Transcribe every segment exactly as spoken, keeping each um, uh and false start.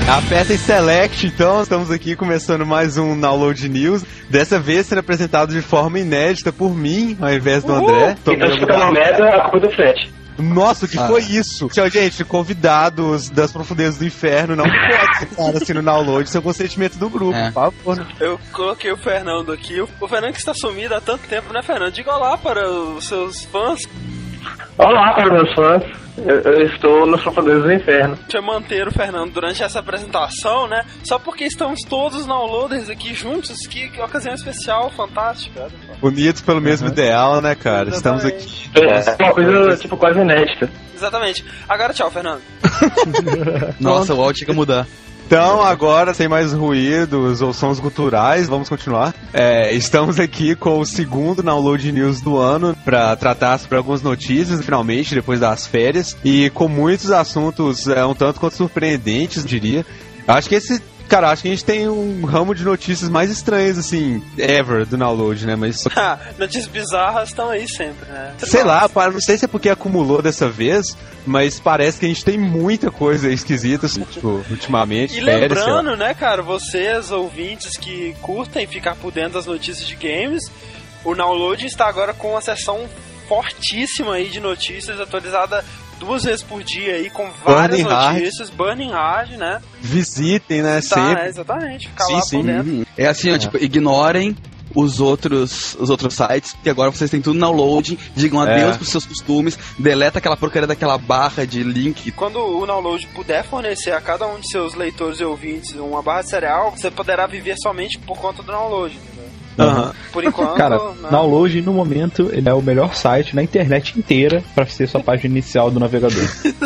Apertem Select, então, estamos aqui começando mais um Download News, dessa vez sendo apresentado de forma inédita por mim, ao invés do André. Uhum. Então se ficar uma merda, a culpa é do Fred. Nossa, o que ah. foi isso? Tchau, gente, convidados das profundezas do inferno não pode estar assim no download, seu consentimento do grupo, é. por favor. Eu coloquei o Fernando aqui, o Fernando que está sumido há tanto tempo, né, Fernando? Diga olá para os seus fãs. Olá para meus fãs, eu, eu estou nos profundezas do inferno. Deixa eu manter o Fernando durante essa apresentação, né? Só porque estamos todos downloaders aqui juntos, que, que ocasião especial, fantástica. Unidos pelo mesmo uhum. ideal, né, cara? Exatamente. Estamos aqui. É, uma coisa, tipo, quase inédita. Exatamente. Agora tchau, Fernando. Nossa, o áudio tinha que mudar. Então, agora, sem mais ruídos ou sons guturais, vamos continuar. É, estamos aqui com o segundo Download News do ano para tratar sobre algumas notícias, finalmente, depois das férias. E com muitos assuntos é, um tanto quanto surpreendentes, eu diria. Acho que esse... Cara, acho que a gente tem um ramo de notícias mais estranhas, assim, ever, do download, né? Mas... notícias bizarras estão aí sempre, né? Sei lá, não sei se é porque acumulou dessa vez, mas parece que a gente tem muita coisa esquisita, assim, tipo, ultimamente. E lembrando, né, cara, vocês, ouvintes que curtem ficar por dentro das notícias de games, o download está agora com uma seção fortíssima aí de notícias atualizada duas vezes por dia aí, com várias Burning notícias, hard. Burning Hard, né? Visitem, né? Tá, sempre. É, exatamente. Ficar sim, lá sim. por dentro. Uhum. É assim, ó, é. tipo, ignorem os outros, os outros sites, que agora vocês têm tudo no download, digam adeus é. pros seus costumes, deleta aquela porcaria daquela barra de link. Quando o download puder fornecer a cada um de seus leitores e ouvintes uma barra de cereal, você poderá viver somente por conta do download, entendeu? Uhum. Por enquanto, cara, não. Download no momento ele é o melhor site na internet inteira para ser sua página inicial do navegador.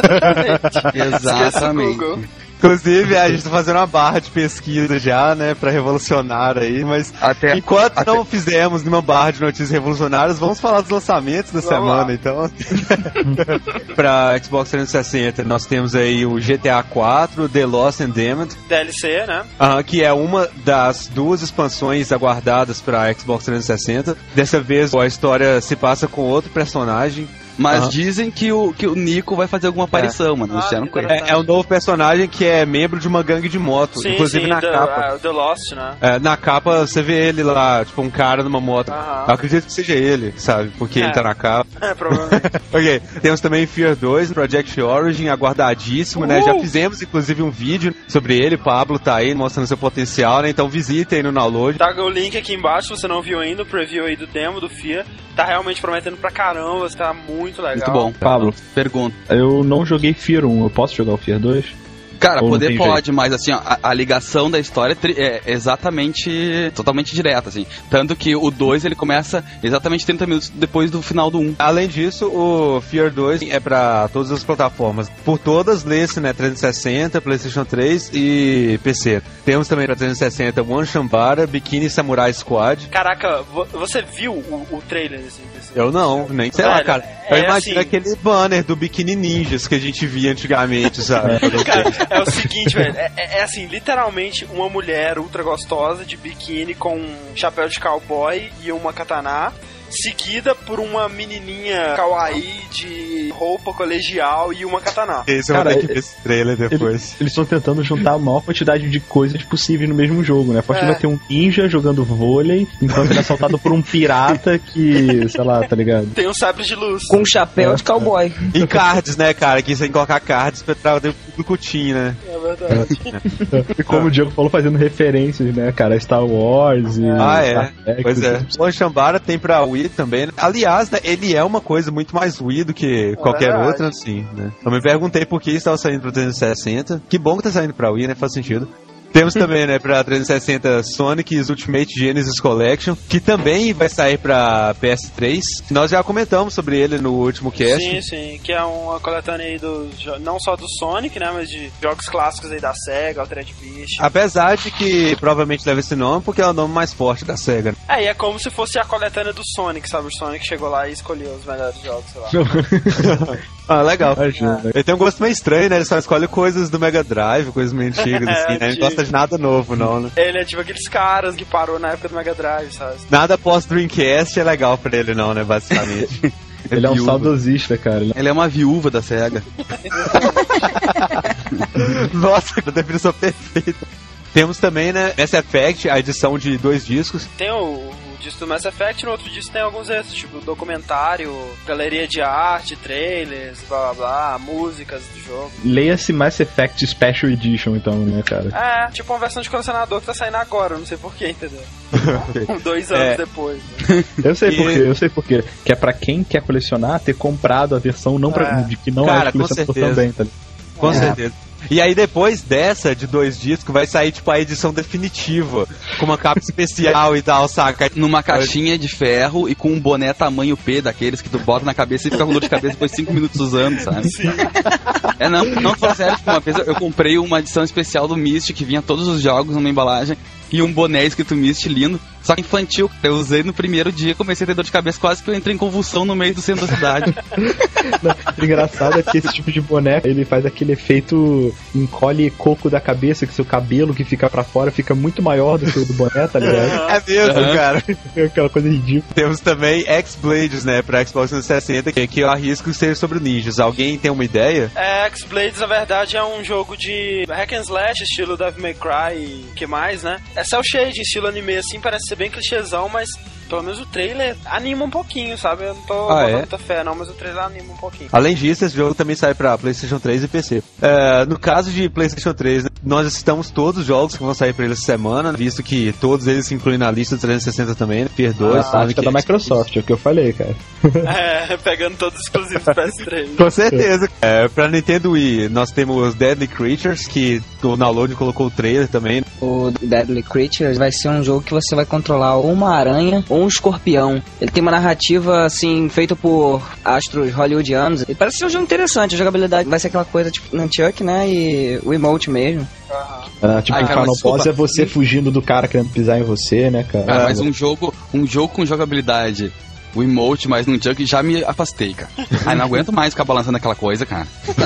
Exatamente. Inclusive, a gente tá fazendo uma barra de pesquisa já, né, pra revolucionar aí, mas até, enquanto até... não fizemos nenhuma barra de notícias revolucionárias, vamos falar dos lançamentos da vamos semana, lá. Então. Pra Xbox trezentos e sessenta, nós temos aí o G T A quatro, The Lost and Damned. D L C, né? Uh, que é uma das duas expansões aguardadas pra Xbox trezentos e sessenta. Dessa vez, a história se passa com outro personagem. Mas uhum. dizem que o, que o Nico vai fazer alguma aparição, é. mano. Ah, não é, é um novo personagem que é membro de uma gangue de moto. Sim, inclusive sim, na the, capa. Uh, The Lost, né? É, na capa você vê ele lá, tipo, um cara numa moto. Uhum. Eu acredito que seja ele, sabe? Porque é. ele tá na capa. É, provavelmente. Ok, temos também Fear dois, Project Origin, aguardadíssimo, Uhul. né? Já fizemos, inclusive, um vídeo sobre ele. Pablo tá aí mostrando seu potencial, né? Então visitem no download. Tá o link aqui embaixo, se você não viu ainda, o preview aí do demo do Fear. Tá realmente prometendo pra caramba, tá muito legal. Muito bom. Pablo, pergunta. Eu não joguei Fear um, eu posso jogar o Fear dois? Cara, Ou poder pode, jeito? Mas assim, ó, a, a ligação da história é exatamente, totalmente direta, assim. Tanto que o dois, ele começa exatamente trinta minutos depois do final do um. Além disso, o Fear dois é pra todas as plataformas. Por todas, lê-se, né, trezentos e sessenta, PlayStation três e P C. Temos também pra trezentos e sessenta One Shambara, Bikini Samurai Squad. Caraca, você viu o, o trailer desse? desse Eu não, nem sei lá, cara. É, Eu imagino assim... aquele banner do Bikini Ninjas que a gente via antigamente, sabe? Cara, é o seguinte, velho, é, é assim, literalmente uma mulher ultra gostosa de biquíni com um chapéu de cowboy e uma katana, seguida por uma menininha kawaii de roupa colegial e uma katana. Esse eu vou ter que ver esse trailer depois. Eles estão tentando juntar a maior quantidade de coisas possíveis no mesmo jogo, né? Pode é. ter um ninja jogando vôlei, enquanto ele é assaltado por um pirata que, sei lá, tá ligado? Tem um sabre de luz. Com um chapéu é, de cowboy. É. E cards, né, cara? Que você tem que colocar cards pra entrar dentro do cutinho, né? É verdade. E como o Diego falou, fazendo referências, né, cara? Star Wars e... Ah, é. Pois é. O Shambara tem pra Wii também, né? Aliás, né, ele é uma coisa muito mais Wii do que é qualquer verdade. outra, assim, né? Eu me perguntei por que estava saindo pra trezentos e sessenta. Que bom que tá saindo pra Wii, né? Faz sentido. Temos também, né, pra trezentos e sessenta Sonic's Ultimate Genesis Collection, que também vai sair pra P S três. Nós já comentamos sobre ele no último cast. Sim, sim, que é uma coletânea aí dos, não só do Sonic, né, mas de jogos clássicos aí da SEGA, Altered Beast. Apesar de que provavelmente leva esse nome porque é o nome mais forte da SEGA. É, e é como se fosse a coletânea do Sonic, sabe? O Sonic chegou lá e escolheu os melhores jogos, sei lá. Ah, legal. Imagina. Ele tem um gosto meio estranho, né? Ele só escolhe coisas do Mega Drive, coisas meio antigas, assim, né? Ele não gosta de nada novo, não, né? Ele é tipo aqueles caras que parou na época do Mega Drive, sabe? Nada pós-Dreamcast é legal pra ele, não, né? Basicamente. Ele é um saudosista, cara. Ele é uma viúva da SEGA. Nossa, que definição perfeita. Temos também, né, Mass Effect, a edição de dois discos. Tem o, o disco do Mass Effect, no outro disco tem alguns extras, tipo documentário, galeria de arte, trailers, blá blá blá, músicas do jogo. Leia-se Mass Effect Special Edition, então, né, cara? É, tipo uma versão de colecionador que tá saindo agora, não sei porquê, entendeu? Dois anos É. depois. Né? Eu sei E- porquê, eu sei porquê. Que é pra quem quer colecionar ter comprado a versão não pra, É. de que não Cara, é de colecionador com certeza. também, tá ligado? Com É. certeza. E aí depois dessa, de dois discos, vai sair tipo a edição definitiva, com uma capa especial e tal, saca? Numa caixinha de ferro e com um boné tamanho P, daqueles que tu bota na cabeça e fica com dor de cabeça depois de cinco minutos usando, sabe? Sim. É, não, não falando sério, tipo, uma vez eu comprei uma edição especial do Myst, que vinha todos os jogos numa embalagem, e um boné escrito Myst lindo, só que infantil. Eu usei no primeiro dia, comecei a ter dor de cabeça, quase que eu entrei em convulsão no meio do centro da cidade. Não, o engraçado é que esse tipo de boneco, ele faz aquele efeito encolhe coco da cabeça, que seu cabelo que fica pra fora fica muito maior do que o do boné, tá ligado? É mesmo, Uhum. cara. Aquela coisa ridícula. Temos também X-Blades, né, pra Xbox trezentos e sessenta, que, que eu arrisco ser sobre ninjas. Alguém tem uma ideia? É, X-Blades, na verdade, é um jogo de hack and slash, estilo Devil May Cry e o que mais, né? É cel shade, estilo anime, assim, parece ser bem clichêzão, mas pelo menos o trailer anima um pouquinho, sabe? Eu não tô Ah, botando é? muita fé, não, mas o trailer anima um pouquinho. Além disso, esse jogo também sai pra PlayStation três e P C. É, no caso de PlayStation três, né, nós citamos todos os jogos que vão sair pra ele essa semana, visto que todos eles se incluem na lista do trezentos e sessenta também, né? Perdoe, A tática da Microsoft, é o que eu falei, cara. É, pegando todos os exclusivos do P S três. Com certeza. É, pra Nintendo Wii, nós temos Deadly Creatures, que o download colocou o trailer também. O Deadly Creatures vai ser um jogo que você vai controlar ou uma aranha ou um escorpião. Ele tem uma narrativa, assim, feita por astros hollywoodianos. E parece ser um jogo interessante. A jogabilidade vai ser aquela coisa tipo Nunchuck, né? E o emote mesmo. Ah, tipo, Ai, o cara, Final mas Boss desculpa. é você fugindo do cara querendo pisar em você, né, cara? Cara, mas um jogo, um jogo com jogabilidade, o emote, mas no junk já me afastei, cara. Ai, não aguento mais ficar balançando aquela coisa, cara.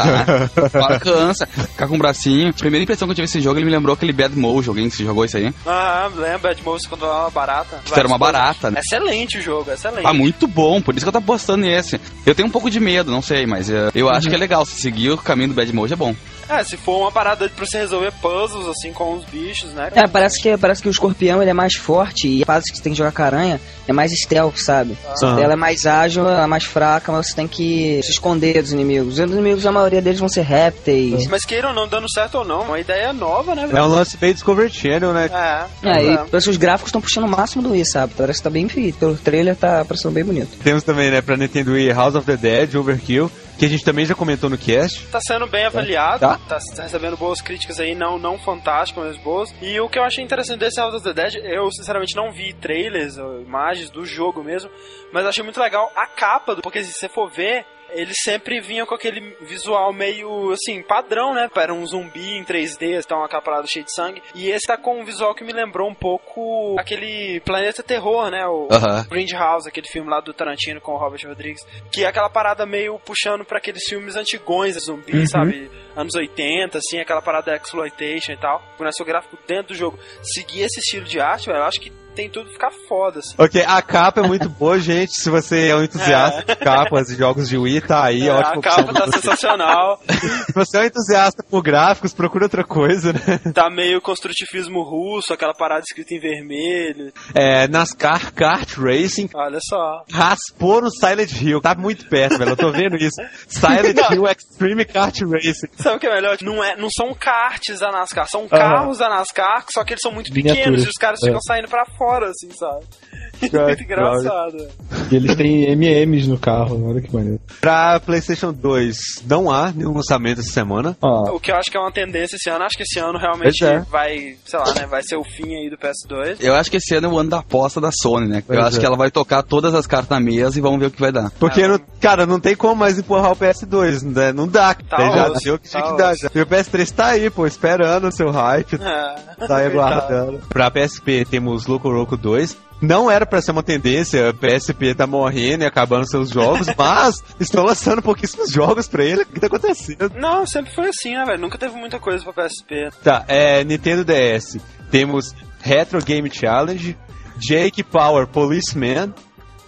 Tá? Para, cansa. Ficar com o bracinho. Primeira impressão que eu tive desse jogo, ele me lembrou aquele Bad Mojo. Alguém que jogou isso aí? Ah, lembra de Mouse controlar uma barata? Isso era uma barata, né? Excelente o jogo, excelente. Ah, muito bom, por isso que eu tô apostando nesse. Eu tenho um pouco de medo, não sei, mas uh, eu acho que é legal. Se seguir o caminho do Bad Mojo é bom. É, se for uma parada pra você resolver puzzles, assim, com os bichos, né? É, parece que, parece que o escorpião ele é mais forte e a fase que você tem que jogar com a aranha é mais stealth, sabe? Ah. Ela é mais ágil, ela é mais fraca, mas você tem que se esconder dos inimigos. E os inimigos, a maioria deles vão ser répteis. Mas queiram ou não, dando certo ou não, uma ideia nova, né? É um lance meio Discovery Channel, né? É, É, e é. parece que os gráficos estão puxando o máximo do Wii, sabe? Parece que tá bem feito. Pelo trailer tá parecendo bem bonito. Temos também, né, pra Nintendo Wii, House of the Dead, Overkill, que a gente também já comentou no cast. Tá sendo bem avaliado, Tá. tá, tá recebendo boas críticas aí, não, não fantásticas, mas boas. E o que eu achei interessante desse House of the Dead, eu sinceramente não vi trailers ou imagens do jogo mesmo, mas achei muito legal a capa, do, porque se você for ver, eles sempre vinham com aquele visual meio, assim, padrão, né? Era um zumbi em três D, então uma capa lá cheia de sangue. E esse tá com um visual que me lembrou um pouco aquele Planeta Terror, né? O Aham. Grindhouse, aquele filme lá do Tarantino com o Robert Rodrigues. Que é aquela parada meio puxando pra aqueles filmes antigões de zumbi, Uhum. sabe? Anos oitenta, assim, aquela parada exploitation e tal. Com o gráfico dentro do jogo. Seguir esse estilo de arte, velho, eu acho que tem tudo ficar foda, assim. Ok, a capa é muito boa, gente. Se você é um entusiasta de capas e jogos de Wii, tá aí, É, ótimo. a capa tá sensacional. Se você é um entusiasta por gráficos, procura outra coisa, né? Tá meio construtivismo russo, aquela parada escrita em vermelho. É, NASCAR Kart Racing Olha só. raspou no Silent Hill. Tá muito perto, velho. Eu tô vendo isso. Silent Hill Extreme Kart Racing. Sabe o que é melhor? Não, é, não são karts da NASCAR, são carros da NASCAR, só que eles são muito pequenos Miniaturas. e os caras É. ficam saindo pra fora, assim, sabe? Muito engraçado. E eles têm M e Ms no carro, olha que maneiro. Pra PlayStation dois, não há nenhum lançamento essa semana. Ó, O que eu acho que é uma tendência esse ano, acho que esse ano realmente Pois é. vai, sei lá, né, vai ser o fim aí do P S dois. Eu acho que esse ano é o ano da aposta da Sony, né? Pois Eu acho é. que ela vai tocar todas as cartas na mesa e vamos ver o que vai dar. Porque, Ah, não- cara, não tem como mais empurrar o P S dois, né? Não dá. Tá já osso, deu o que tinha tá que dar osso. já. E o P S três tá aí, pô, esperando o seu hype. É. Tá aí aguardando. Pra P S P temos Loco Roco dois. Não era pra ser uma tendência, a P S P tá morrendo e acabando seus jogos, mas estão lançando pouquíssimos jogos pra ele. O que tá acontecendo? Não, sempre foi assim, né, velho? Nunca teve muita coisa pra P S P. Tá, é Nintendo D S. Temos Retro Game Challenge, Jake Power Policeman,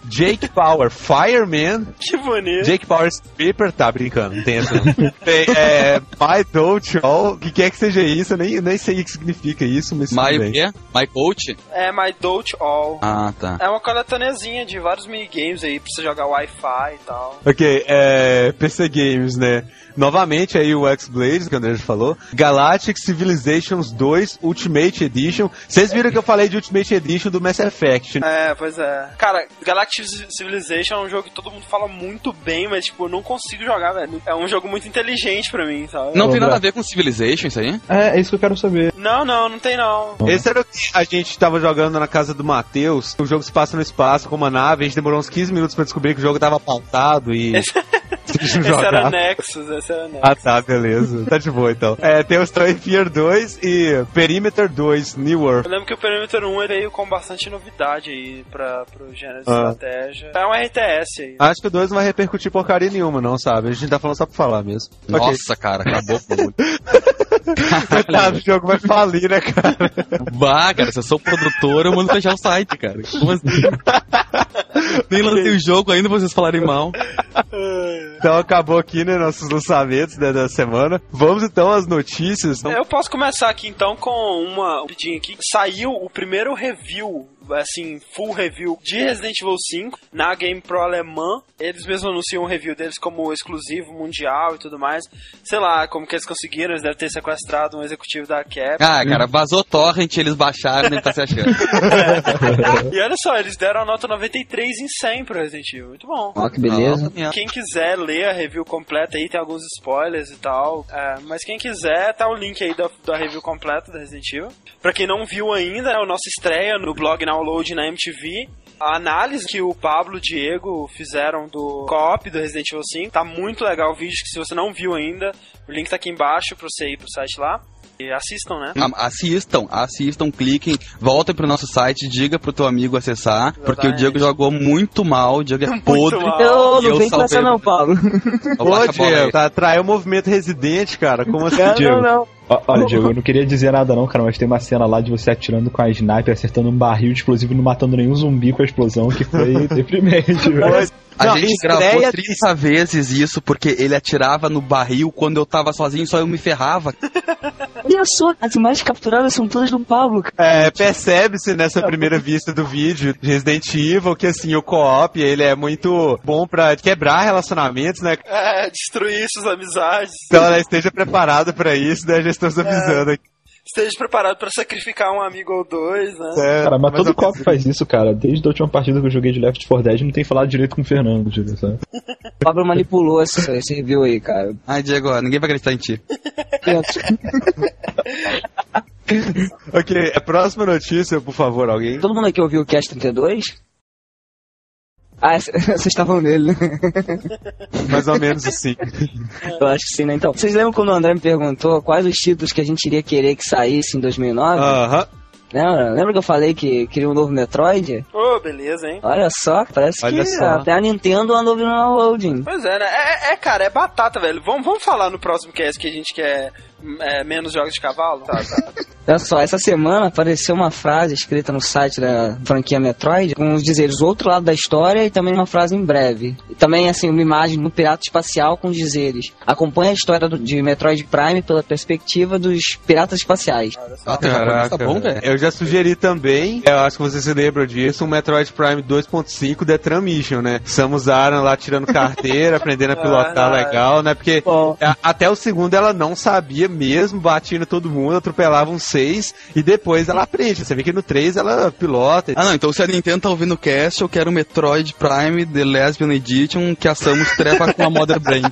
Jake Power Fireman. Que bonito. Jake Power Stripper, tá brincando, não tem essa não. Tem, é, My Dote All, o que quer que seja isso, eu nem, nem sei o que significa isso, mas My tudo o bem. quê? My Coach? É My Dote All. Ah, tá. É uma coletâneazinha de vários minigames aí pra você jogar Wi-Fi e tal. Ok, é, P C Games, né? Novamente aí o X-Blade, que o André já falou. Galactic Civilizations dois Ultimate Edition. Vocês viram que eu falei de Ultimate Edition do Mass Effect, né? É, pois é. Cara, Galactic Civilization é um jogo que todo mundo fala muito bem, mas tipo, eu não consigo jogar, velho. É um jogo muito inteligente pra mim, sabe? Não tem nada a ver com Civilization isso aí? É, é isso que eu quero saber. Não, não, não tem não. Esse era o que a gente tava jogando na casa do Matheus. O jogo se passa no espaço com uma nave. A gente demorou uns quinze minutos pra descobrir que o jogo tava pautado e... Esse, esse era Nexus, esse era Nexus. Ah tá, beleza. Tá de boa então. É, tem o Stray Fear dois e Perimeter dois, New World. Eu lembro que o Perimeter um ele veio com bastante novidade aí pra, pro gênero de ah. estratégia. É um R T S aí. Acho que o dois não vai repercutir porcaria nenhuma, não, sabe? A gente tá falando só pra falar mesmo. Nossa, okay. cara, acabou com o Coitado, o jogo vai falir, né, cara? Bah, cara, se eu sou produtor, eu mando fechar o site, cara. Como assim? Nem lancei o jogo ainda, vocês falarem mal. Então acabou aqui, né, nossos lançamentos, né, da semana. Vamos então às notícias. Eu posso começar aqui então com uma rapidinho aqui. Saiu o primeiro review, assim, full review de Resident Evil cinco na Game Pro alemã. Eles mesmos anunciam o review deles como exclusivo mundial e tudo mais. Sei lá, como que eles conseguiram, eles devem ter sequestrado um executivo da Capcom. Ah, cara, vazou torrent, eles baixaram, nem tá se achando. E olha só, eles deram a nota noventa e três em cem pro Resident Evil. Muito bom. Ó, que beleza. Ah, quem quiser ler a review completa aí, tem alguns spoilers e tal. É, mas quem quiser, tá o link aí da, da review completa da Resident Evil. Pra quem não viu ainda, é a nossa estreia no blog Download na M T V. A análise que o Pablo e o Diego fizeram do co-op do Resident Evil cinco. Tá muito legal o vídeo, que se você não viu ainda, o link tá aqui embaixo pra você ir pro site lá. E assistam, né? Assistam, assistam, cliquem, voltem pro nosso site, diga pro teu amigo acessar, Exatamente. Porque o Diego jogou muito mal, o Diego é Muito podre. mal. Eu não eu vem com essa não, Paulo. Ô, Diego, tá, traiu o movimento Resident, cara. Como assim? Não, Diego. não, não. Ó, olha, Diego, eu não queria dizer nada não, cara, mas tem uma cena lá de você atirando com a sniper, acertando um barril de explosivo e não matando nenhum zumbi com a explosão, que foi deprimente, velho. A Não, gente estreia gravou de- trinta vezes isso porque ele atirava no barril quando eu tava sozinho, só eu me ferrava. Olha só, as imagens capturadas são todas do Pablo, cara. É, percebe-se nessa primeira vista do vídeo de Resident Evil que, assim, o co-op, ele é muito bom pra quebrar relacionamentos, né? É, destruir suas amizades. Então, né, esteja preparado pra isso, né? Já estamos avisando aqui. Esteja preparado pra sacrificar um amigo ou dois, né? É, Cara, mas mais todo ou cop menos faz isso, cara. Desde a última partida que eu joguei de Left four Dead, não tem falado direito com o Fernando, Diego, sabe? O Pablo manipulou esse, esse review aí, cara. Ai, Diego, ninguém vai acreditar em ti. Ok, a próxima notícia, por favor, alguém. Todo mundo aqui ouviu o Cast trinta e dois? Ah, vocês estavam nele, né? Mais ou menos assim. Eu acho que sim, né? Então, vocês lembram quando o André me perguntou quais os títulos que a gente iria querer que saísse em dois mil e nove? Aham. Lembra? Lembra que eu falei que queria um novo Metroid? Ô, oh, beleza, hein? Olha só, parece Olha que só. até a Nintendo andou vindo na loading. Pois é, né? É, é, cara, é batata, velho. Vamos, vamos falar no próximo cast que a gente quer é, menos jogos de cavalo? Tá, tá. Olha só, essa semana apareceu uma frase escrita no site da franquia Metroid com os dizeres o outro lado da história e também uma frase em breve. E também, assim, uma imagem do pirata espacial com os dizeres: acompanha a história do, de Metroid Prime pela perspectiva dos piratas espaciais. Ah, teu japonês tá bom, velho? Eu já sugeri também, eu acho que vocês se lembram disso, um Metroid Prime dois ponto cinco Detran Mission, né? Samus Aran lá tirando carteira, aprendendo a pilotar Ah, legal, né? Porque Bom. a- até o segundo ela não sabia mesmo, batia em todo mundo, atropelava um seis, e depois ela aprende. Você vê que no três ela pilota. Ah, não, então se a Nintendo tá ouvindo o cast, eu quero o Metroid Prime The Lesbian Edition que a Samus trepa com a Mother Brain.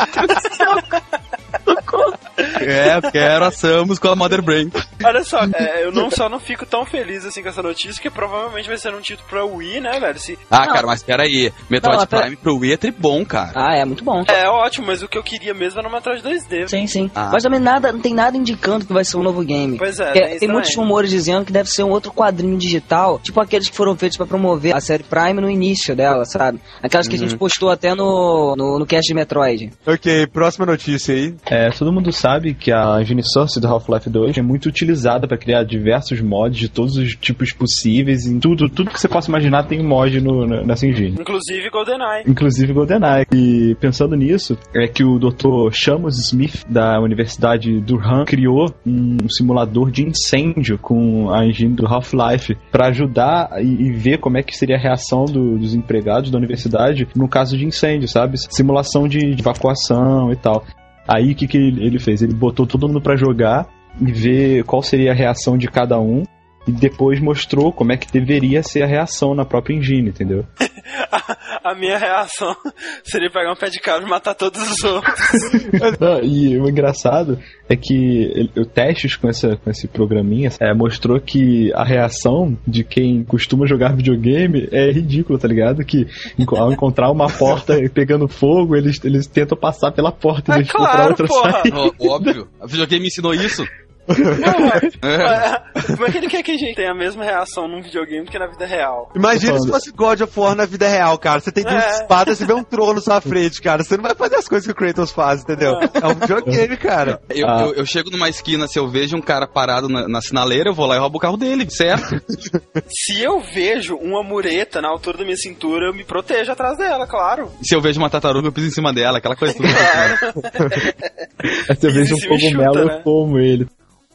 É, eu quero a Samus com a Mother Brain. Olha só, é, eu não, só não fico tão feliz assim com essa notícia, que provavelmente vai ser um título pra Wii, né, velho? Se... Ah, Não. cara, mas peraí. Metroid Não, até- Prime pro Wii é tribom, cara. Ah, é muito bom. É ótimo, mas o que eu queria mesmo era um Metroid dois D. Sim, sim. Ah. Mas também nada, não tem nada indicando que vai ser um novo game. Pois é, Porque tem isso tem muitos também. rumores dizendo que deve ser um outro quadrinho digital, tipo aqueles que foram feitos pra promover a série Prime no início dela, sabe? Aquelas que a gente postou até no, no, no cast de Metroid. Ok, próxima notícia aí. É, todo mundo sabe sabe que a engine Source do Half-Life dois é muito utilizada para criar diversos mods de todos os tipos possíveis, em tudo, tudo que você possa imaginar tem mod no, nessa engine. Inclusive GoldenEye. Inclusive GoldenEye. E pensando nisso, é que o doutor Shamus Smith, da Universidade Durham, criou um simulador de incêndio com a engine do Half-Life para ajudar e, e ver como é que seria a reação do, dos empregados da universidade no caso de incêndio, sabe? Simulação de, de evacuação e tal. Aí o que, que ele fez? Ele botou todo mundo pra jogar e ver qual seria a reação de cada um e depois mostrou como é que deveria ser a reação na própria engine, entendeu? a, a minha reação seria pegar um pé de cabra e matar todos os outros. Não, e o engraçado é que o testes com, essa, com esse programinha é, mostrou que a reação de quem costuma jogar videogame é ridícula, tá ligado? Que ao encontrar uma porta pegando fogo, eles, eles tentam passar pela porta em vez de encontrar outra saída. Óbvio, a videogame ensinou isso. Como é que ele quer que a gente tenha a mesma reação num videogame que na vida real? Imagina se fosse God of War na vida real, cara. Você tem duas é. espadas, você vê um trono na sua frente, cara. Você não vai fazer as coisas que o Kratos faz, entendeu? É um videogame, cara. Eu, ah. eu, eu chego numa esquina, se eu vejo um cara parado na, na sinaleira, eu vou lá e roubo o carro dele, certo? Se eu vejo uma mureta na altura da minha cintura, eu me protejo atrás dela, claro. Se eu vejo uma tartaruga, eu piso em cima dela, aquela coisa tudo. Claro. Se eu vejo um cogumelo, eu como ele.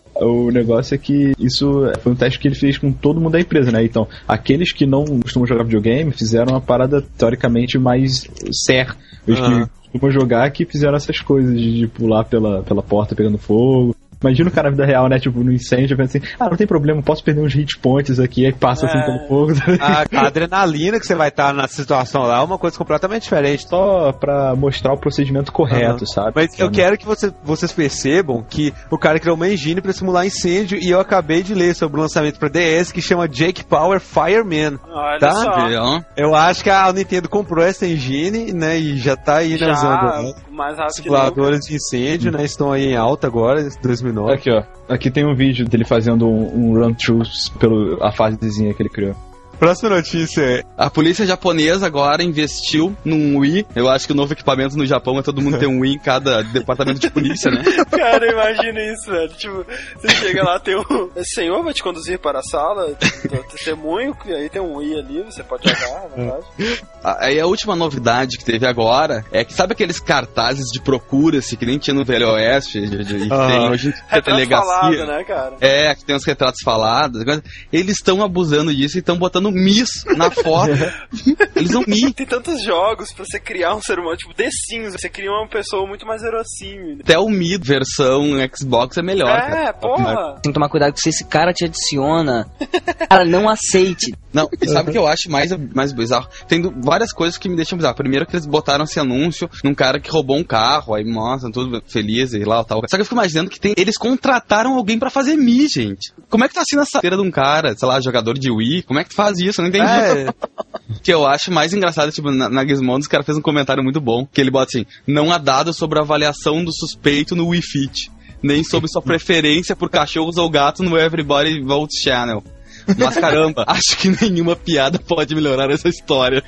O negócio é que isso foi um teste que ele fez com todo mundo da empresa, né? Então, aqueles que não costumam jogar videogame fizeram uma parada teoricamente mais certa. Os uhum. que costumam jogar que fizeram essas coisas de pular pela, pela porta pegando fogo. Imagina o cara na vida real, né? Tipo, no incêndio, pensa assim, ah, não tem problema, posso perder uns hit points aqui, aí passa é. assim pelo fogo. A, a adrenalina que você vai estar na situação lá é uma coisa completamente diferente. Só pra mostrar o procedimento correto, uhum. sabe? Mas eu quero que você, vocês percebam que o cara criou uma engine pra simular incêndio e eu acabei de ler sobre o lançamento pra D S que chama Jake Power Fireman. Olha tá? só. Eu acho que a Nintendo comprou essa engine, né? E já tá aí já, nas ondas. Mais rápido simuladores de incêndio, né? Estão aí em alta agora, dois mil e nove. Aqui, ó. Aqui tem um vídeo dele fazendo um, um run-through pela fasezinha que ele criou. Próxima notícia. A polícia japonesa agora investiu num Wii. Eu acho que o novo equipamento no Japão é todo mundo ter um Wii em cada departamento de polícia, né? Cara, imagina isso, velho. Tipo, você chega lá, tem um... O senhor vai te conduzir para a sala do testemunho, e aí tem um Wii ali, você pode jogar, na verdade. Aí a última novidade que teve agora é que, sabe aqueles cartazes de procura-se que nem tinha no Velho Oeste? De, de, e ah. tem hoje em delegacia. Falado, né, cara? É, que tem uns retratos falados. Eles estão abusando disso e estão botando Miss na foto. Eles não Mi. Tem tantos jogos pra você criar um ser humano, tipo The Sims, você cria uma pessoa muito mais verossímil. Até o Mi versão Xbox é melhor. É, cara. porra. Tem que tomar cuidado que se esse cara te adiciona, cara, não aceite. Não, e sabe o que eu acho mais, mais bizarro? Tem várias coisas que me deixam bizarro. Primeiro que eles botaram esse anúncio num cara que roubou um carro, aí mostram tudo feliz e lá tal. Só que eu fico imaginando que tem, eles contrataram alguém pra fazer Mi, gente. Como é que tá assim nessa feira de um cara, sei lá, jogador de Wii? Como é que tu faz isso? Eu não entendi. É. O que eu acho mais engraçado, tipo, na, na Gizmodo, os caras fez um comentário muito bom, que ele bota assim, não há dados sobre a avaliação do suspeito no Wii Fit, nem sobre sua preferência por cachorros ou gatos no Everybody Votes Channel. Mas caramba, acho que nenhuma piada pode melhorar essa história.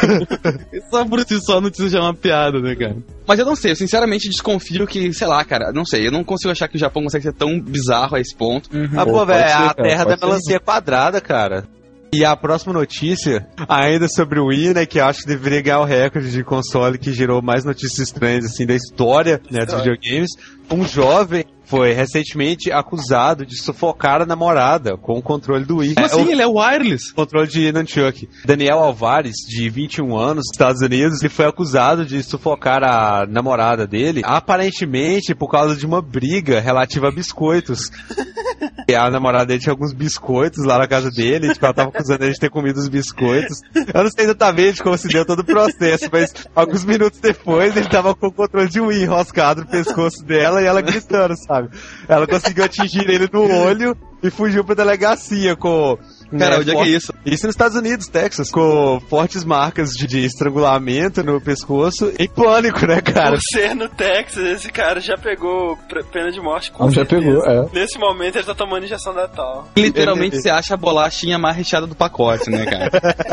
Só por si só não precisa chamar piada, né, cara? Mas eu não sei, eu sinceramente desconfio que, sei lá, cara, não sei, eu não consigo achar que o Japão consegue ser tão bizarro a esse ponto. Uhum. Ah, pô, velho, a terra da melancia quadrada, cara. E a próxima notícia, ainda sobre o Wii, né, que eu acho que deveria ganhar o recorde de console que gerou mais notícias estranhas, assim, da história, né, dos videogames. Um jovem foi recentemente acusado de sufocar a namorada com o controle do Wii. Como assim? É o... Ele é wireless? Controle de Nunchuck. Daniel Alvares, de vinte e um anos, Estados Unidos, ele foi acusado de sufocar a namorada dele, aparentemente por causa de uma briga relativa a biscoitos. E a namorada dele tinha alguns biscoitos lá na casa dele, tipo, ela tava acusando ele de ter comido os biscoitos. Eu não sei exatamente como se deu todo o processo, mas alguns minutos depois ele tava com o controle de Wii enroscado no pescoço dela e ela gritando, sabe? Ela conseguiu atingir ele no olho e fugiu pra delegacia com Cara, né, onde é for- que é isso? Isso nos Estados Unidos, Texas, com fortes marcas de, de estrangulamento no pescoço e pânico, né, cara? Por ser no Texas, esse cara já pegou pre- pena de morte com Ah, já certeza. pegou, é. Nesse momento ele tá tomando injeção letal. Literalmente você acha a bolachinha mais recheada do pacote, né, cara?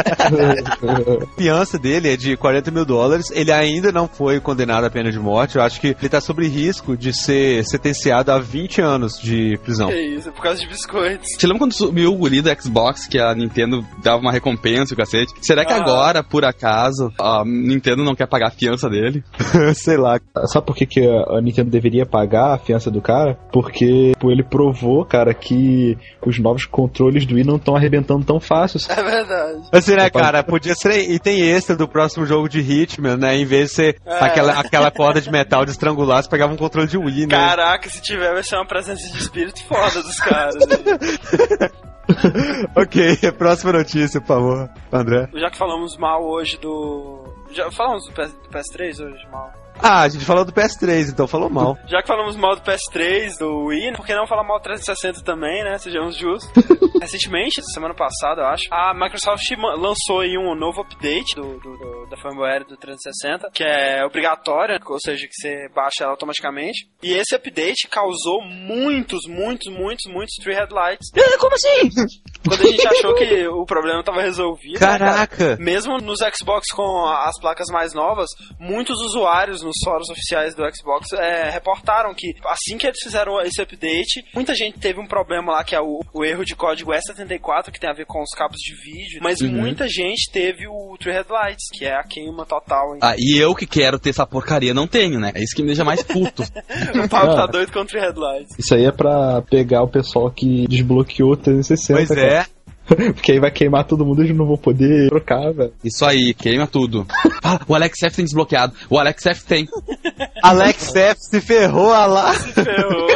A fiança dele é de quarenta mil dólares, ele ainda não foi condenado à pena de morte, eu acho que ele tá sob risco de ser sentenciado a vinte anos de prisão. Que isso, é por causa de biscoitos. Você lembra quando subiu o guri do Xbox que a Nintendo dava uma recompensa, o cacete? Será que Ah. agora, por acaso, a Nintendo não quer pagar a fiança dele? Sei lá. Sabe por que, que a a Nintendo deveria pagar a fiança do cara? Porque pô, ele provou, cara, que os novos controles do Wii não estão arrebentando tão fácil. É verdade. Assim, né, cara, podia ser, e tem extra do próximo jogo de Hitman, né, em vez de ser É. aquela, aquela corda de metal de estrangular, você pegava um controle de Wii, né? Caraca, se tiver vai ser uma presença de espírito foda dos caras. Né? Ok, próxima notícia, por favor, André. Já que falamos mal hoje do... Já falamos do, P S, do P S três hoje, mal? Ah, a gente falou do P S três, então falou mal. Já que falamos mal do P S três, do Wii, por que não falar mal do trezentos e sessenta também, né? Sejamos justos. Recentemente, semana passada, eu acho, a Microsoft ma- lançou aí um novo update do, do, do, da firmware do trezentos e sessenta, que é obrigatório, ou seja, que você baixa ela automaticamente. E esse update causou muitos, muitos, muitos, muitos tree headlights. Como assim? Quando a gente achou que o problema estava resolvido. Caraca! Mesmo nos Xbox com as placas mais novas, muitos usuários nos fóruns oficiais do Xbox é, reportaram que assim que eles fizeram esse update, muita gente teve um problema lá que é o, o erro de código E setenta e quatro, que tem a ver com os cabos de vídeo, mas Uhum. muita gente teve o Tree Headlights, que é a queima total. Hein? Ah, e eu que quero ter essa porcaria não tenho, né? É isso que me deixa mais puto. O Pablo tá Ah. doido com o Tree Headlights. Isso aí é pra pegar o pessoal que desbloqueou o trezentos e sessenta. Pois cara. é. Porque aí vai queimar todo mundo e eles não vão poder trocar, velho. Isso aí, queima tudo. Ah, o Alex F tem desbloqueado. O Alex F tem. Alex F se ferrou, a lá. Ferrou.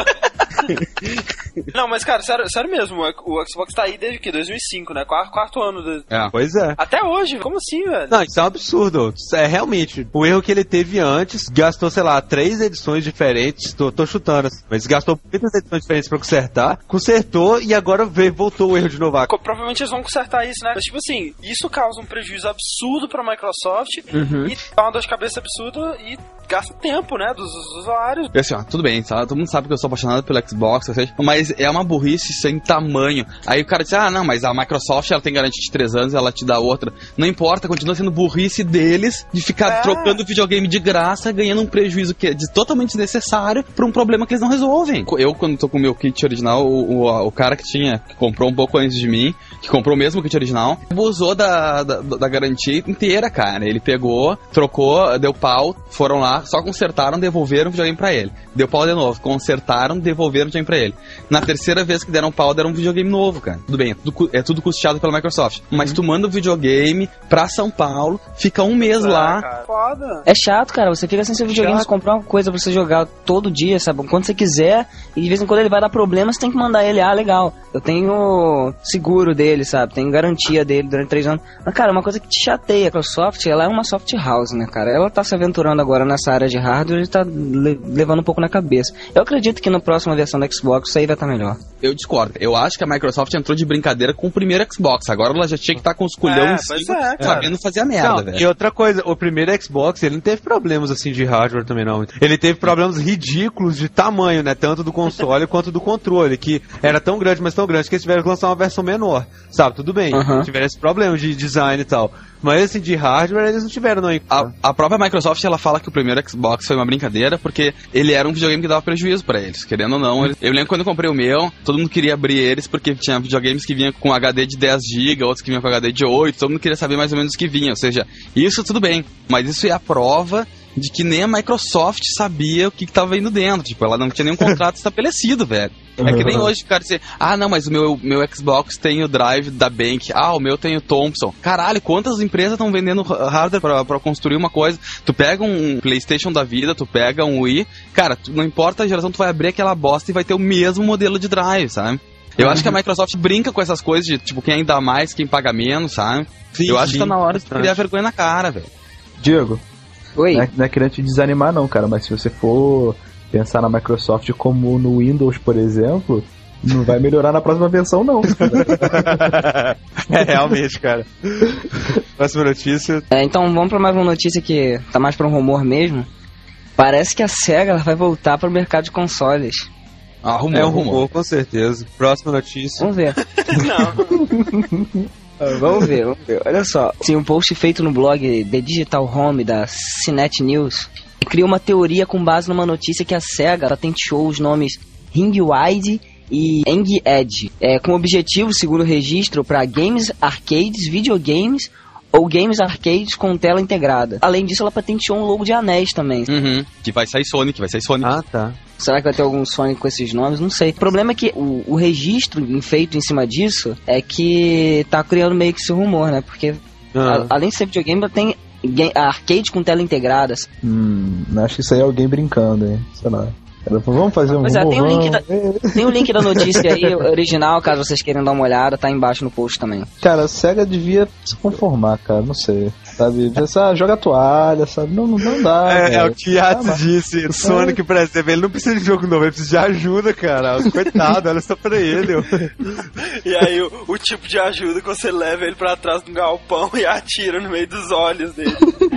Não, mas cara, sério, sério mesmo, o o Xbox tá aí desde que? dois mil e cinco, né? Quarto, quarto ano. De... É. Pois é. Até hoje, como assim, velho? Não, isso é um absurdo. É realmente o erro que ele teve antes. Gastou, sei lá, três edições diferentes. Tô, tô chutando, assim, mas gastou muitas edições diferentes pra consertar. Consertou e agora veio, voltou o erro de novo. Co- Provavelmente eles vão consertar isso, né? Mas, tipo assim, isso causa um prejuízo absurdo pra Microsoft e dá uma dor de cabeça absurda e gasta tempo, né, dos usuários. E assim, ó, tudo bem, tá? Todo mundo sabe que eu sou apaixonado pelo Xbox, ou seja, mas é uma burrice sem tamanho. Aí o cara diz, ah, não, mas a Microsoft, ela tem garantia de três anos, ela te dá outra. Não importa, continua sendo burrice deles de ficar É. trocando videogame de graça, ganhando um prejuízo que é de- totalmente desnecessário por um problema que eles não resolvem. Eu, quando tô com o meu kit original, o, o, o cara que tinha, que comprou um pouco antes de mim, que comprou o mesmo kit original, abusou da, da, da garantia inteira, cara. Ele pegou, trocou, deu pau, foram lá, só consertaram, devolveram o videogame pra ele. Deu pau de novo, consertaram, devolveram o videogame pra ele. Na terceira vez que deram pau, deram um videogame novo, cara. Tudo bem, é tudo, cu- é tudo custeado pela Microsoft. Mas tu manda o videogame pra São Paulo, fica um mês lá. Ah, cara, foda. É chato, cara. Você fica sem seu videogame, Chato. você comprar uma coisa pra você jogar todo dia, sabe? Quando você quiser, e de vez em quando ele vai dar problema, você tem que mandar ele. Ah, legal. Eu tenho seguro dele, sabe? Tenho garantia dele durante três anos. Mas, cara, uma coisa que te chateia, a Microsoft, ela é uma soft house, né, cara? Ela tá se aventurando agora nessa área de hardware e tá le- levando um pouco na cabeça. Eu acredito que na próxima versão do Xbox isso aí vai estar melhor. Eu discordo. Eu acho que a Microsoft entrou de brincadeira com o primeiro Xbox. Agora ela já tinha que estar com os culhão É, em pois cima, é, cara. sabendo fazer a merda, Não, velho. e outra coisa, o primeiro Xbox, ele não teve problemas assim de hardware também não. Ele teve problemas ridículos de tamanho, né? Tanto do console quanto do controle, que era tão grande, mas tão grande que eles tiveram que lançar uma versão menor. Sabe, tudo bem. Uhum. Tiveram esse problema de design e tal. Mas assim, de hardware eles não tiveram, não. A, a própria Microsoft, ela fala que o primeiro Xbox foi uma brincadeira porque ele era um videogame que dava prejuízo pra eles, querendo ou não. Eles, eu lembro quando eu comprei o meu, todo mundo queria abrir eles porque tinha videogames que vinham com H D de dez gigas, outros que vinham com H D de oito, todo mundo queria saber mais ou menos o que vinha. Ou seja, isso tudo bem, mas isso é a prova de que nem a Microsoft sabia o que, que tava indo dentro. Tipo, ela não tinha nenhum contrato estabelecido, velho. É que nem hoje o cara dizer, ah, não, mas o meu, meu Xbox tem o drive da Bank, ah, o meu tem o Thompson. Caralho, quantas empresas estão vendendo hardware pra, pra construir uma coisa? Tu pega um PlayStation da vida, tu pega um Wii, cara, tu, não importa a geração, tu vai abrir aquela bosta e vai ter o mesmo modelo de drive, sabe? Eu acho que a Microsoft brinca com essas coisas de, tipo, quem dá mais, quem paga menos, sabe? Sim, Eu acho sim, que tá na hora de bastante. criar vergonha na cara, velho. Diego, Oi? não é, não é querendo te desanimar não, cara, mas se você for pensar na Microsoft como no Windows, por exemplo, Não vai melhorar na próxima versão, não. É, realmente, cara. Próxima notícia. É, então vamos pra mais uma notícia que tá mais pra um rumor mesmo. Parece que a SEGA ela vai voltar pro mercado de consoles. Ah, rumor, É um rumor. rumor, com certeza. Próxima notícia. Vamos ver. Não. Vamos ver, vamos ver. Olha só, tem um post feito no blog The Digital Home da Cinet News. Cria uma teoria com base numa notícia que a SEGA patenteou os nomes Ringwide e Eng-Edge, é, com objetivo, segundo o registro, para games, arcades, videogames ou games arcades com tela integrada. Além disso, ela patenteou um logo de anéis também. Uhum. Que vai sair Sonic, vai sair Sonic. Ah, tá. Será que vai ter algum Sonic com esses nomes? Não sei. O problema é que o, o registro feito em cima disso é que tá criando meio que esse rumor, né? Porque Ah. a, além de ser videogame, tem game, arcade com tela integrada. Hum, acho que isso aí é alguém brincando, hein? Sei lá. Vamos fazer um Pois é, tem o link da, vamos. tem o link da notícia aí, original, caso vocês queiram dar uma olhada, tá embaixo no post também. Cara, a SEGA devia se conformar, cara, não sei. Sabe? Essa, joga a toalha, sabe? Não, não dá. É, é velho. o que Yats Ah, disse. O Sonic, por exemplo, ele não precisa de jogo novo, ele precisa de ajuda, cara. Coitado, olha só pra ele. E aí o, o tipo de ajuda que você leva ele pra trás de um galpão e atira no meio dos olhos dele.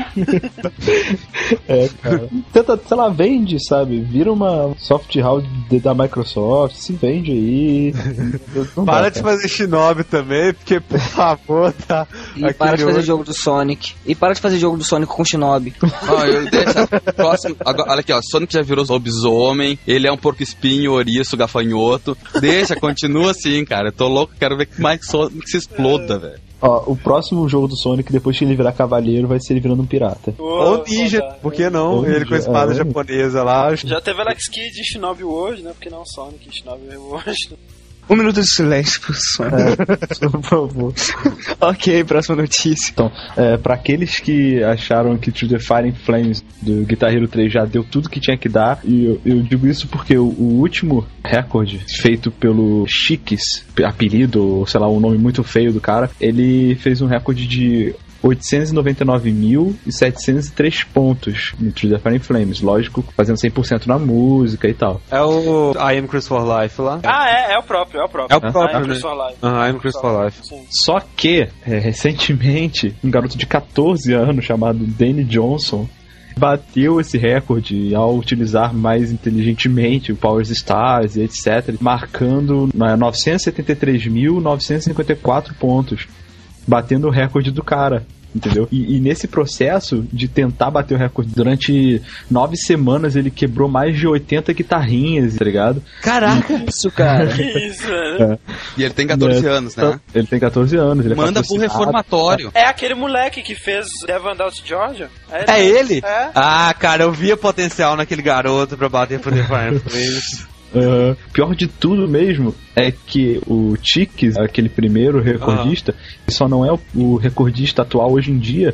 É, cara. Tenta, sei lá, vende, sabe? Vira uma soft house de- da Microsoft, se vende aí. Não Para dá, de cara. fazer Shinobi também, porque, por favor, tá. E para de Aquele fazer outro- jogo do Sonic. E para de fazer jogo do Sonic com Shinobi. Ó, eu deixa. Próximo. Agora, olha aqui, ó. Sonic já virou lobisomem. Ele é um porco-espinho, ouriço, gafanhoto. Deixa, continua assim, cara. Eu tô louco, quero ver que mais Sonic se exploda, velho. Ó, o próximo jogo do Sonic, depois que ele virar cavaleiro, vai ser ele virando um pirata. Ou ninja, por que não? Ou Ele com a ninja, espada é. japonesa lá. Já teve Alex Kidd em Shinobi World, né? Porque não Sonic em Shinobi World. Um minuto de silêncio pro Sonic. Por favor. Ok, próxima notícia. Então, é, pra aqueles que acharam que To The Fire and Flames do Guitar Hero três já deu tudo que tinha que dar, e eu, eu digo isso porque o, o último recorde feito pelo Chiques, apelido, ou sei lá, um nome muito feio do cara, ele fez um recorde de oitocentos e noventa e nove mil e setecentos e três pontos no To The Fire and Flames, lógico, fazendo cem por cento na música e tal. É o I Am Chris for Life lá. Ah, é, é o próprio, é o próprio. É o próprio, Ah, é né? Chris for Life. Ah, I Am Chris for Life. Sim. Só que, é, recentemente, um garoto de catorze anos chamado Danny Johnson bateu esse recorde ao utilizar mais inteligentemente o Power Stars e etcétera, marcando né, novecentos e setenta e três mil novecentos e cinquenta e quatro pontos, batendo o recorde do cara. Entendeu? E, e nesse processo de tentar bater o recorde durante nove semanas, ele quebrou mais de oitenta guitarrinhas, tá ligado? Caraca! Isso, cara. Que isso, velho. E ele tem catorze É, anos, né? Ele tem catorze anos. Ele é Manda pro patrocinado. reformatório. É aquele moleque que fez Devon Out Georgia? É ele? É. Ah, cara, eu via potencial naquele garoto pra bater pro The Fire Flames. Uhum. Pior de tudo mesmo é que o Chiques, aquele primeiro recordista, ele só não é o, o recordista atual hoje em dia,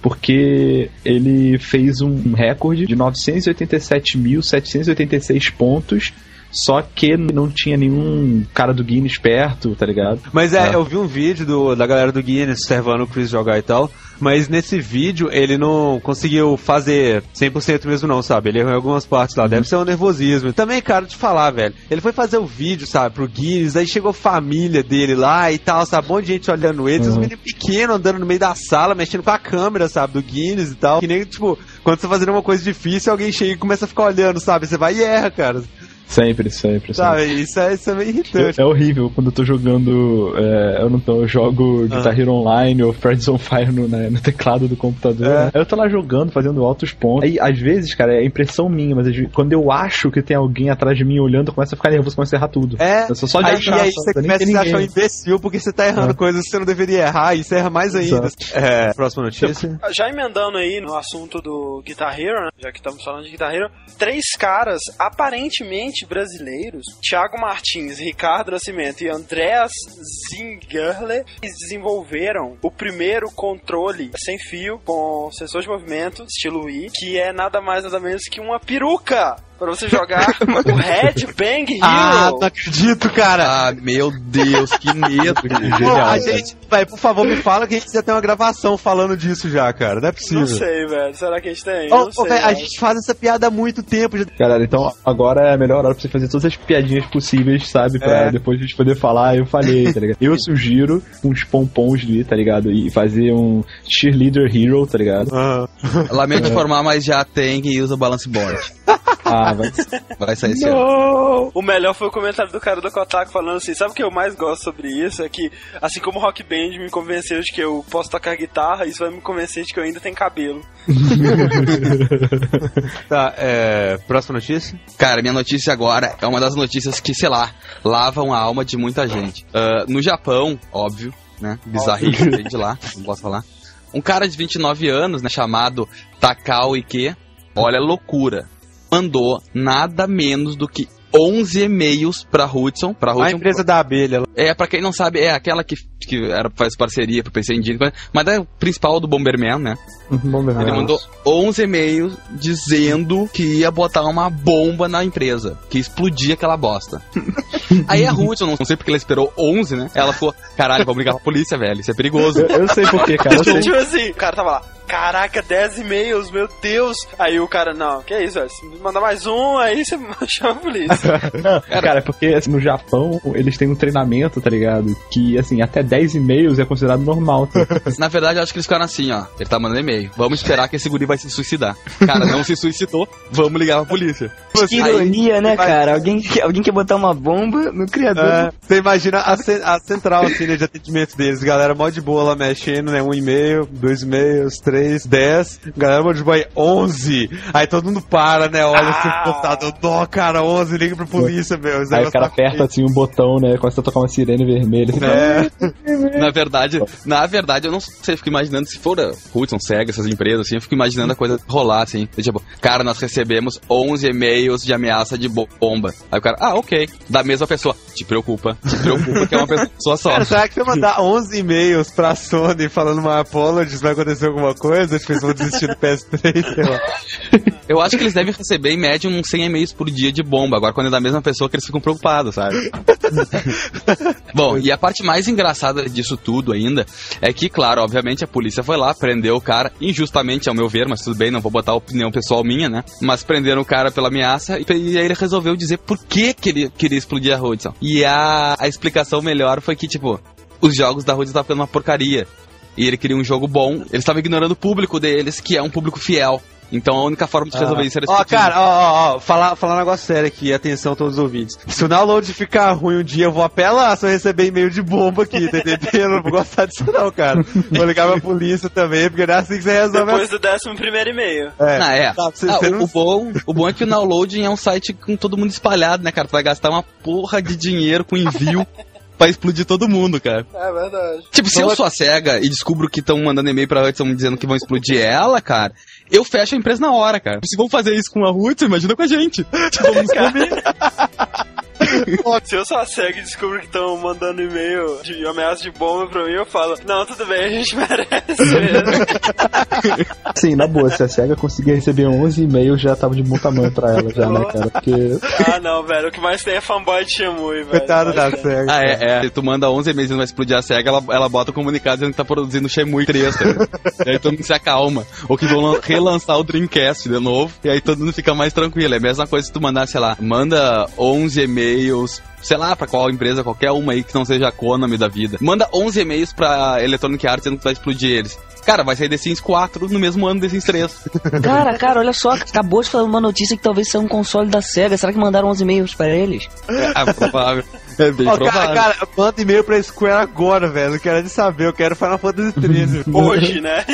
porque ele fez um recorde de novecentos e oitenta e sete mil setecentos e oitenta e seis pontos, só que não tinha nenhum cara do Guinness perto, tá ligado? Mas é, É. eu vi um vídeo do, da galera do Guinness observando o Chris jogar e tal, mas nesse vídeo ele não conseguiu fazer cem por cento mesmo não, sabe? Ele errou em algumas partes lá, deve ser um nervosismo. Também, cara, te falar, velho, ele foi fazer o vídeo, sabe, pro Guinness, aí chegou a família dele lá e tal, sabe, um monte de gente olhando ele, Uhum. uns meninos pequenos andando no meio da sala, mexendo com a câmera, sabe, do Guinness e tal, que nem, tipo, quando você tá fazendo uma coisa difícil, alguém chega e começa a ficar olhando, sabe, você vai e erra, cara. Sempre, sempre, sempre. Sabe, isso é, isso é meio irritante. É horrível quando eu tô jogando. É, eu não tô, eu jogo Guitar Hero Online ou Friends on Fire no, né, no teclado do computador. É. Né? Aí eu tô lá jogando, fazendo altos pontos. Aí, às vezes, cara, é impressão minha, mas às vezes, quando eu acho que tem alguém atrás de mim olhando, eu começo a ficar nervoso, começo a errar tudo. É, Eu sou só de aí, achar, e aí só, você nem começa a tem se achar um ninguém. imbecil porque você tá errando É. coisas que você não deveria errar e você erra mais ainda. Exato. É, próxima notícia. Já emendando aí no assunto do Guitar Hero, né, já que estamos falando de Guitar Hero, três caras aparentemente brasileiros, Thiago Martins, Ricardo Nascimento e Andreas Zingerle, desenvolveram o primeiro controle sem fio com sensor de movimento, estilo Wii, que é nada mais nada menos que uma peruca. pra você jogar o Red Bang Hero. Ah, não acredito, cara. Ah, meu Deus, que medo. Pô, a gente, velho, por favor, me fala que a gente já tem uma gravação falando disso já, cara. Não é possível. Não sei, velho. Será que a gente tem? Ô, não sei, véio, a gente faz essa piada há muito tempo. Já... Galera, então agora é a melhor hora pra você fazer todas as piadinhas possíveis, sabe? Pra É. depois a gente poder falar, eu falei, tá ligado? Eu sugiro uns pompons ali, tá ligado? E fazer um cheerleader hero, tá ligado? Ah. Lamento informar, mas já tem quem usa balance board. Ah, vai. Vai sair esse ano. O melhor foi o comentário do cara do Kotaku falando assim, sabe o que eu mais gosto sobre isso? É que, assim como o Rock Band me convenceu de que eu posso tocar guitarra, isso vai me convencer de que eu ainda tenho cabelo. Tá, é... Próxima notícia? Cara, minha notícia agora é uma das notícias que, sei lá, lavam a alma de muita gente. Uh, no Japão, óbvio, né? Bizarrice, vem de lá, não posso falar. Um cara de vinte e nove anos, né, chamado Takao Ike, olha, loucura, mandou nada menos do que onze e-mails pra Hudson. Pra A Hudson empresa da abelha. É, pra quem não sabe, é aquela que, que era, faz parceria pro P C Engine, mas é o principal do Bomberman, né? Ele mandou onze e-mails dizendo que ia botar uma bomba na empresa, que explodia aquela bosta. Aí a Hudson, não sei porque ela esperou onze, né? Ela falou, caralho, vamos ligar pra polícia, velho, isso é perigoso. Eu, eu sei porquê, cara. Eu sei. Tipo assim, o cara tava lá, caraca, dez e-mails, meu Deus. Aí o cara, não, que é isso, velho? Se mandar mais um, aí você chama a polícia. Não, cara, é porque assim, no Japão eles têm um treinamento, tá ligado? Que assim, até dez e-mails é considerado normal. Tá? Na verdade, eu acho que eles ficaram assim, ó. Ele tá mandando e-mail. Vamos esperar que esse guri vai se suicidar. Cara, não se suicidou, vamos ligar pra polícia. Que ironia, né, cara? Alguém, alguém quer botar uma bomba no criador. É, você imagina a, ce- a central assim, né, de atendimento deles. Galera mó de boa lá mexendo, né? Um e-mail, dois e-mails, três, dez. Galera mó de boa aí, onze. Aí todo mundo para, né? Olha assim, Ah. postado. Dó, cara, onze, liga pra polícia, meu. Esse Aí o negócio cara tá aperta assim um botão, né? Começa a tocar uma sirene vermelha. Assim, feio. É. Na verdade, na verdade, eu não sei, eu fico imaginando, se for a Hudson, Sega, essas empresas, assim, eu fico imaginando a coisa rolar, assim. Tipo, cara, nós recebemos onze e-mails de ameaça de bomba. Aí o cara, ah, ok. Da mesma pessoa, te preocupa, te preocupa que é uma pessoa só. Cara, será que se eu mandar onze e-mails pra Sony falando uma apologies, vai acontecer alguma coisa? Tipo, eles vão desistir do P S três, sei lá. Eu acho que eles devem receber, em média, uns cem e-mails por dia de bomba. Agora, quando é da mesma pessoa, que eles ficam preocupados, sabe? Bom, e a parte mais engraçada disso tudo ainda é que, claro, obviamente a polícia foi lá, prendeu o cara, injustamente, ao meu ver, mas tudo bem, não vou botar a opinião pessoal minha, né? Mas prenderam o cara pela ameaça e, e aí ele resolveu dizer por que, que ele queria explodir a Hudson. E a, a explicação melhor foi que, tipo, os jogos da Hudson estavam ficando uma porcaria. E ele queria um jogo bom, eles estavam ignorando o público deles, que é um público fiel. Então a única forma de resolver isso era Ó, explodir. cara, ó, ó, ó, falar, falar um negócio sério aqui, atenção a todos os ouvintes. Se o download ficar ruim um dia, eu vou apelar se eu receber e-mail de bomba aqui, tá entendendo? Eu não vou gostar disso não, cara. Vou ligar pra polícia também, porque não é assim que você resolve. Depois do décimo primeiro e-mail. É. Ah, é. Tá, você- Ah, você o, não- o bom, o bom é que o Downloading é um site com todo mundo espalhado, né, cara? Tu vai gastar uma porra de dinheiro com envio pra explodir todo mundo, cara. É verdade. Tipo, se eu sou a SEGA e descubro que estão mandando e-mail pra Hudson dizendo que vão explodir ela, cara, eu fecho a empresa na hora, cara. Se vão fazer isso com a Hudson, imagina com a gente. Tipo, vamos comer. Se eu sou a SEGA e descubro que estão mandando e-mail de ameaça de bomba pra mim, eu falo, não, tudo bem, a gente merece mesmo. Sim, na boa, se a SEGA conseguia receber onze e-mails, já tava de bom tamanho pra ela, já, né, cara? Porque. Ah, não, velho, o que mais tem é fanboy de Shenmue, velho. Coitado da Mas, SEGA. Ah, é, é. Se tu manda onze e-mails e não vai explodir a SEGA, ela, ela bota o comunicado dizendo que tá produzindo Shenmue três, tá? E aí todo mundo se acalma. Ou que vão lan- relançar o Dreamcast de novo, e aí todo mundo fica mais tranquilo. É a mesma coisa se tu mandar, sei lá, manda onze e-mails, sei lá, pra qual empresa, qualquer uma aí que não seja a Konami da vida. Manda onze e-mails pra Electronic Arts dizendo que vai explodir eles. Cara, vai sair The Sims quatro no mesmo ano do The Sims três. Cara, cara, olha só, acabou de falar uma notícia que talvez seja um console da SEGA. Será que mandaram onze e-mails pra eles? É, é provável. É bem Ó, provável. cara, cara, manda e-mail pra Square agora, velho. Não quero nem saber, eu quero Final Fantasy treze. Hoje, né?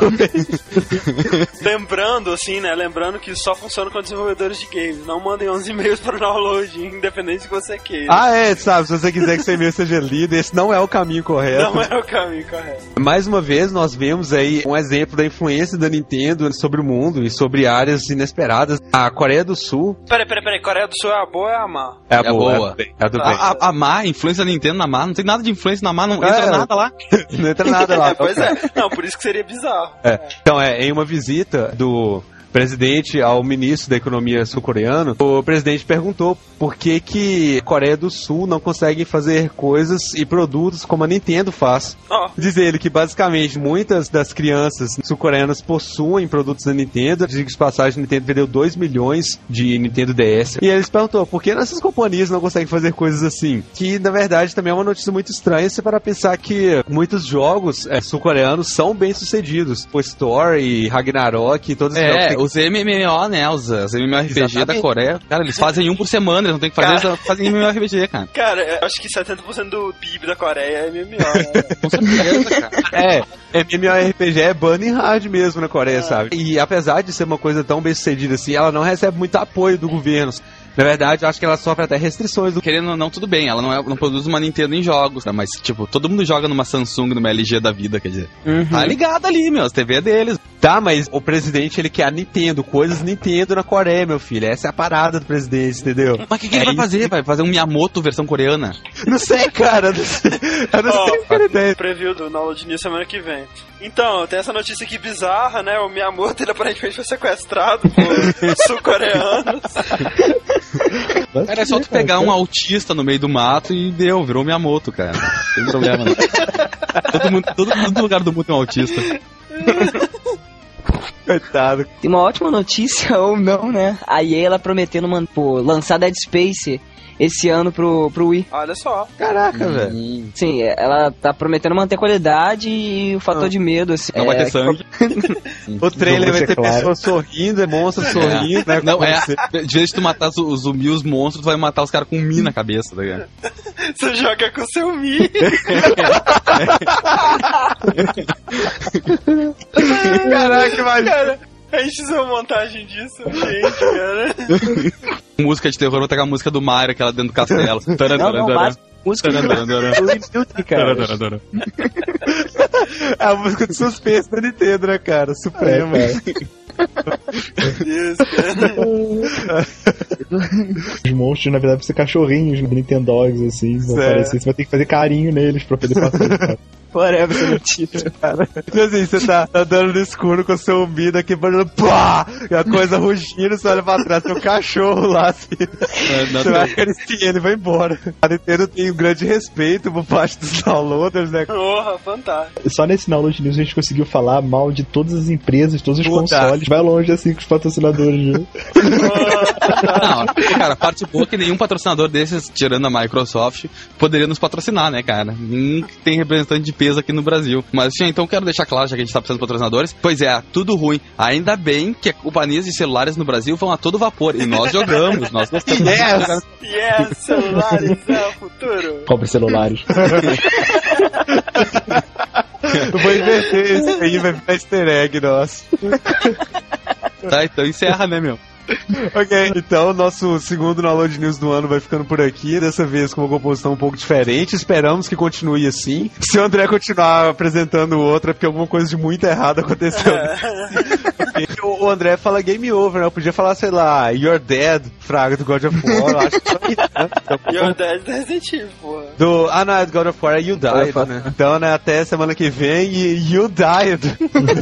Lembrando, assim, né? Lembrando que só funciona com desenvolvedores de games. Não mandem onze e-mails para o download, independente do que você queira. Ah, é, sabe, se você quiser que seu e-mail seja lido, esse não é o caminho correto. Não é o caminho correto. Mais uma vez, nós vemos aí um exemplo da influência da Nintendo sobre o mundo e sobre áreas inesperadas. A Coreia do Sul Peraí, peraí, peraí. Coreia do Sul é a boa ou é a má? é a É boa. boa. É a do bem. É a do A, bem. a, a má, a influência da Nintendo na má, não tem nada de influência na má, não É. entra nada lá. Não entra nada lá. É, pois é. Não, por isso que seria bizarro. É. Então, é, em uma visita do presidente ao ministro da economia sul-coreano, o presidente perguntou por que que a Coreia do Sul não consegue fazer coisas e produtos como a Nintendo faz. Oh. Diz ele que basicamente muitas das crianças sul-coreanas possuem produtos da Nintendo. Diga de passagem, a Nintendo vendeu dois milhões de Nintendo D S. E eles perguntou por que essas companhias não conseguem fazer coisas assim? Que na verdade também é uma notícia muito estranha se para pensar que muitos jogos é, sul-coreanos são bem sucedidos. O Store e Ragnarok e todos os É, jogos. os M M O, né? Os, os MMORPG Exatamente. da Coreia. Cara, eles fazem um por semana, eles não tem que fazer, Cara. eles fazem MMORPG, cara. Cara, eu acho que setenta por cento do P I B da Coreia é M M O, né? Com certeza, cara. É, MMORPG é burning hard mesmo na Coreia, sabe? E apesar de ser uma coisa tão bem sucedida assim, ela não recebe muito apoio do governo. Na verdade, eu acho que ela sofre até restrições do... Querendo ou não, tudo bem, ela não, é, não produz uma Nintendo em jogos, né? Mas, tipo, todo mundo joga numa Samsung, numa L G da vida, quer dizer. Uhum. Tá ligado ali, meu, as T V é deles. Tá, mas o presidente, ele quer a Nintendo, coisas Nintendo na Coreia, meu filho. Essa é a parada do presidente, entendeu? Mas o que, que ele É vai isso. fazer? Vai fazer um Miyamoto versão coreana? Não sei, cara. Não sei. Eu não Ó, sei qual é a ideia. Preview do Download News semana que vem. Então, tem essa notícia aqui bizarra, né? O Miyamoto, ele aparentemente foi sequestrado por sul-coreanos. Cara, é só tu pegar um autista no meio do mato e deu, virou Miyamoto, cara. Não tem problema, não. Todo mundo, todo, todo lugar do mundo tem um autista. Coitado. Tem uma ótima notícia, ou não, né? A E A, ela prometendo man- pô, lançar Dead Space esse ano pro, pro Wii. Olha só. Caraca, velho. Sim, ela tá prometendo manter qualidade e o fator Ah. de medo, assim. Não vai é, ter sangue. O trailer Vamos vai ser ter claro. pessoas sorrindo, monstros sorrindo, né? Não, Como é. você- De vez de tu matar os, os zumbi, os monstros, tu vai matar os caras com um mi na cabeça, tá ligado? Você joga com seu Mi. Caraca, imagina. Cara, a gente fez uma montagem disso, gente, cara. Música de terror, vou pegar a música do Mario, aquela dentro do castelo. Não, não, básico. Música de Beauty, cara. É a música de suspense da Nintendo, né, cara? Suprema. É, Meu Deus, cara. Os monstros, na verdade, vão ser cachorrinhos, Nintendo Dogs, assim, vão Certo. aparecer. Você vai ter que fazer carinho neles pra poder passar. Whatever essa notícia. Então assim, você tá andando no escuro com o seu umbigo aqui, falando pá! E a coisa rugindo, você olha pra trás, tem um cachorro lá, assim. não Você vai tem. acariciar ele e vai embora. A Nintendo tem um grande respeito por parte dos downloaders, né? Porra, fantástico. Só nesse Download News a gente conseguiu falar mal de todas as empresas, todos os Puta. consoles. Vai longe assim com os patrocinadores, viu? Não, cara, a parte boa é que nenhum patrocinador desses, tirando a Microsoft, poderia nos patrocinar, né, cara? Nem tem representante de peso aqui no Brasil. Mas, assim, então quero deixar claro, já que a gente tá precisando de patrocinadores, pois é, tudo ruim. Ainda bem que companhias de celulares no Brasil vão a todo vapor. E nós jogamos, nós gostamos. Yes! Yes, celulares é o futuro. Compre celulares. Eu vou inverter isso aí, vai ficar easter egg, nossa. Tá, então encerra, né, meu? Ok, então nosso segundo Download News do ano vai ficando por aqui, dessa vez com uma composição um pouco diferente, esperamos que continue assim. Se o André continuar apresentando o outro é porque alguma coisa de muito errado aconteceu. O o André fala game over, né? Eu podia falar, sei lá, You're Dead, fraga do God of War, eu acho que foi, né? You're Dead da Resident Evil, porra. Do, ah, não, é do God of War é You Died, né? Então, né, até semana que vem e You Died.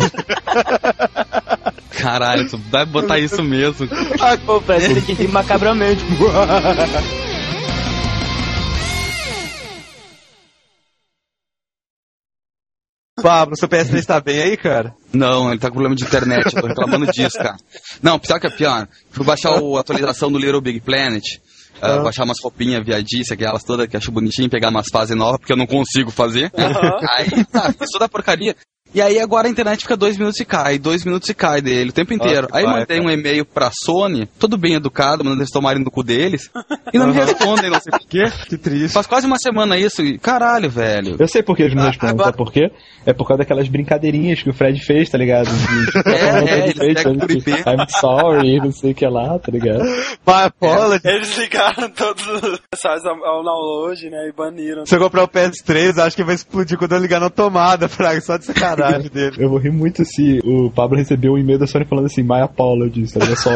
Caralho, tu vai botar isso mesmo. Pô, parece que tem macabramente. Pablo, seu P S três tá bem aí, cara? Não, ele tá com problema de internet, eu tô reclamando disso, cara. Não, pior que é pior. Fui baixar o- a atualização do Little Big Planet. Uh, baixar umas roupinhas viadices, aquelas todas que acho bonitinho, pegar umas fases novas, porque eu não consigo fazer. Aí, tá, fiz toda a porcaria. E aí agora a internet fica dois minutos e cai, dois minutos e cai dele o tempo inteiro. Ah, aí vai, mandei cara. um e-mail pra Sony, todo bem educado, mandando eles tomarem no cu deles, e não me respondem, não sei porquê. Que triste. Faz quase uma semana isso, e caralho, velho. Eu sei por que eles não Ah, respondem, agora- sabe por quê? É por causa daquelas brincadeirinhas que o Fred fez, tá ligado? De- É, é, ele fez, pega sabe, por I P. que I'm sorry, não sei o que lá, tá ligado? Vai, apology. Eles ligaram todos os mensagens ao, ao download, né, e baniram. Se eu comprar o P S três, acho que vai explodir quando eu ligar na tomada, fraga, só de sacanagem dele. Eu vou rir muito se o Pablo recebeu um e-mail da Sony falando assim, my apologies, olha só.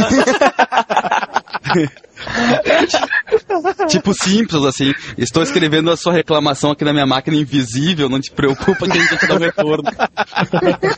Tipo Simpsons, assim, estou escrevendo a sua reclamação aqui na minha máquina invisível, não te preocupa que a gente vai te dar um retorno.